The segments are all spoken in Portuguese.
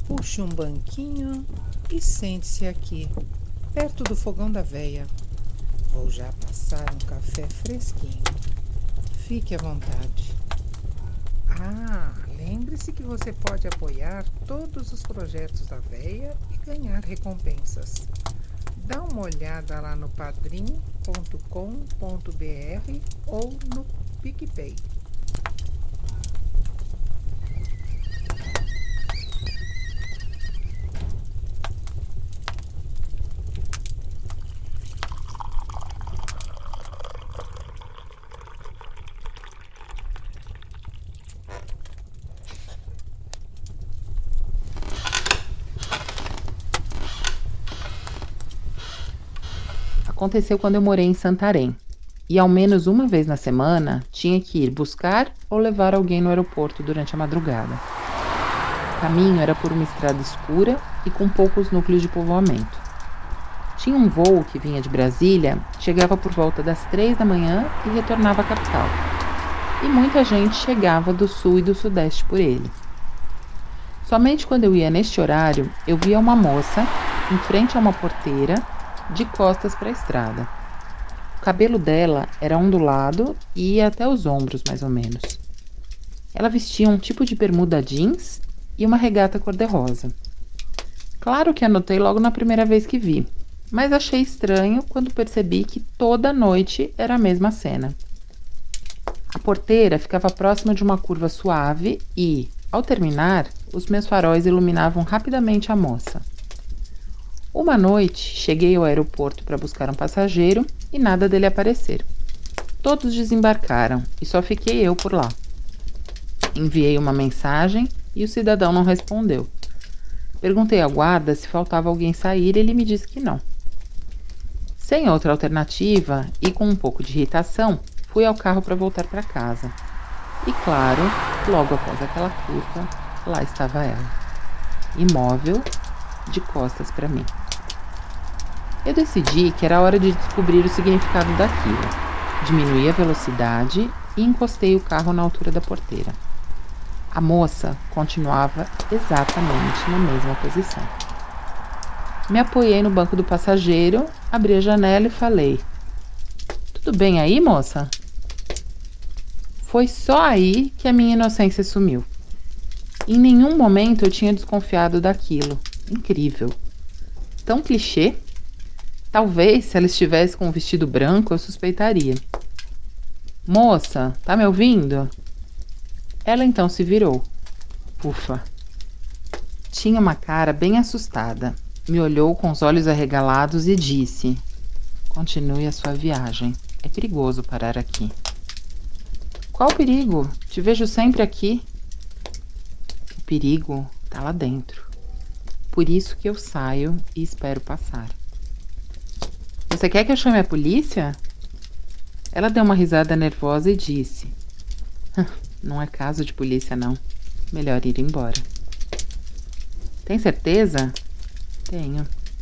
Puxe um banquinho e sente-se aqui, perto do fogão da véia. Vou já passar um café fresquinho. Fique à vontade. Lembre-se que você pode apoiar todos os projetos da véia e ganhar recompensas. Dá uma olhada lá no padrim.com.br ou no PicPay. Aconteceu quando eu morei em Santarém. E ao menos uma vez na semana tinha que ir buscar ou levar alguém no aeroporto durante a madrugada. O caminho era por uma estrada escura e com poucos núcleos de povoamento. Tinha um voo que vinha de Brasília, chegava por volta das 3 da manhã e retornava à capital. E muita gente chegava do sul e do sudeste por ele. Somente quando eu ia neste horário, eu via uma moça em frente a uma porteira, de costas para a estrada. O cabelo dela era ondulado e ia até os ombros, mais ou menos. Ela vestia um tipo de bermuda jeans e uma regata cor-de-rosa. Claro que anotei logo na primeira vez que vi, mas achei estranho quando percebi que toda noite era a mesma cena. A porteira ficava próxima de uma curva suave e, ao terminar, os meus faróis iluminavam rapidamente a moça. Uma noite, cheguei ao aeroporto para buscar um passageiro e nada dele aparecer. Todos desembarcaram e só fiquei eu por lá. Enviei uma mensagem e o cidadão não respondeu. Perguntei ao guarda se faltava alguém sair e ele me disse que não. Sem outra alternativa e com um pouco de irritação, fui ao carro para voltar para casa. E claro, logo após aquela curva, lá estava ela, imóvel, de costas para mim. Eu decidi que era hora de descobrir o significado daquilo. Diminuí a velocidade e encostei o carro na altura da porteira. A moça continuava exatamente na mesma posição. Me apoiei no banco do passageiro, abri a janela e falei: "Tudo bem aí, moça?" Foi só aí que a minha inocência sumiu. Em nenhum momento eu tinha desconfiado daquilo. Incrível. Tão clichê. Talvez, se ela estivesse com um vestido branco, eu suspeitaria. "Moça, tá me ouvindo?" Ela então se virou. Ufa. Tinha uma cara bem assustada. Me olhou com os olhos arregalados e disse: "Continue a sua viagem. É perigoso parar aqui." "Qual perigo? Te vejo sempre aqui." "O perigo tá lá dentro. Por isso que eu saio e espero passar." "Você quer que eu chame a polícia?" Ela deu uma risada nervosa e disse: "Não é caso de polícia, não. Melhor ir embora." "Tem certeza?" "Tenho."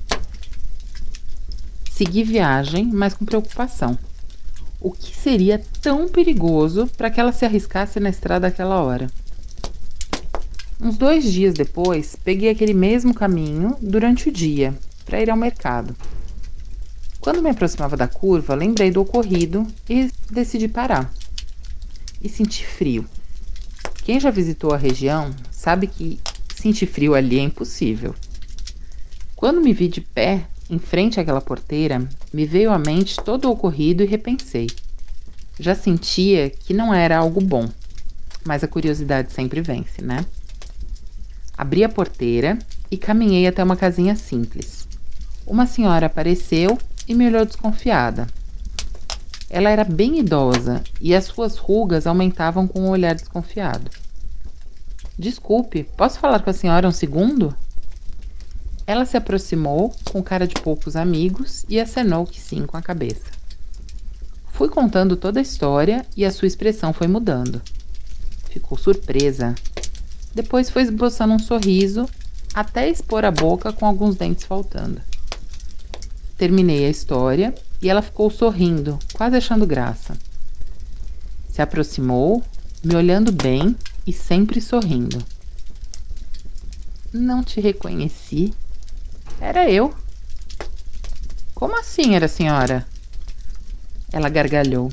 Segui viagem, mas com preocupação. O que seria tão perigoso para que ela se arriscasse na estrada àquela hora? Uns 2 dias depois, peguei aquele mesmo caminho durante o dia, para ir ao mercado. Quando me aproximava da curva, lembrei do ocorrido e decidi parar. E senti frio. Quem já visitou a região sabe que sentir frio ali é impossível. Quando me vi de pé, em frente àquela porteira, me veio à mente todo o ocorrido e repensei. Já sentia que não era algo bom, mas a curiosidade sempre vence, né? Abri a porteira e caminhei até uma casinha simples. Uma senhora apareceu e me olhou desconfiada. Ela era bem idosa e as suas rugas aumentavam com um olhar desconfiado. "Desculpe, posso falar com a senhora um segundo?" Ela se aproximou com cara de poucos amigos e acenou que sim com a cabeça. Fui contando toda a história e a sua expressão foi mudando. Ficou surpresa. Depois foi esboçando um sorriso até expor a boca com alguns dentes faltando. Terminei a história e ela ficou sorrindo, quase achando graça. Se aproximou, me olhando bem e sempre sorrindo. Não te reconheci. Era eu. Como assim era a senhora? Ela gargalhou.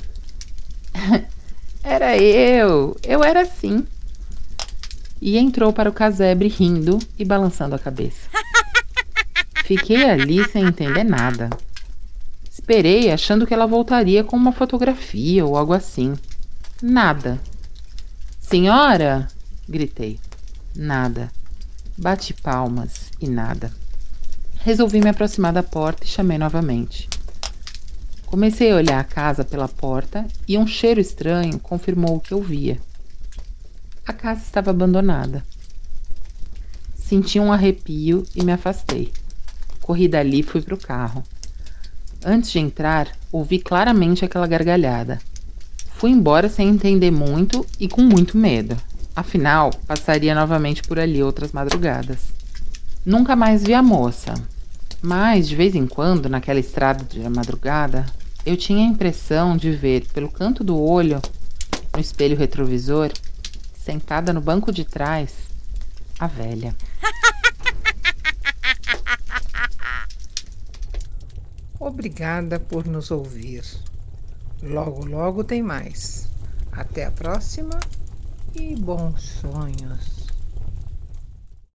Era eu. Eu era assim. E entrou para o casebre rindo e balançando a cabeça. Fiquei ali sem entender nada. Esperei achando que ela voltaria com uma fotografia ou algo assim. Nada. Senhora! Gritei. Nada. Bati palmas e nada. Resolvi me aproximar da porta e chamei novamente. Comecei a olhar a casa pela porta e um cheiro estranho confirmou o que eu via. A casa estava abandonada. Senti um arrepio e me afastei. Corri dali e fui para o carro. Antes de entrar, ouvi claramente aquela gargalhada. Fui embora sem entender muito e com muito medo. Afinal, passaria novamente por ali outras madrugadas. Nunca mais vi a moça, mas de vez em quando, naquela estrada de madrugada, eu tinha a impressão de ver, pelo canto do olho, no espelho retrovisor, sentada no banco de trás, a velha. Obrigada por nos ouvir. Logo, logo tem mais. Até a próxima e bons sonhos.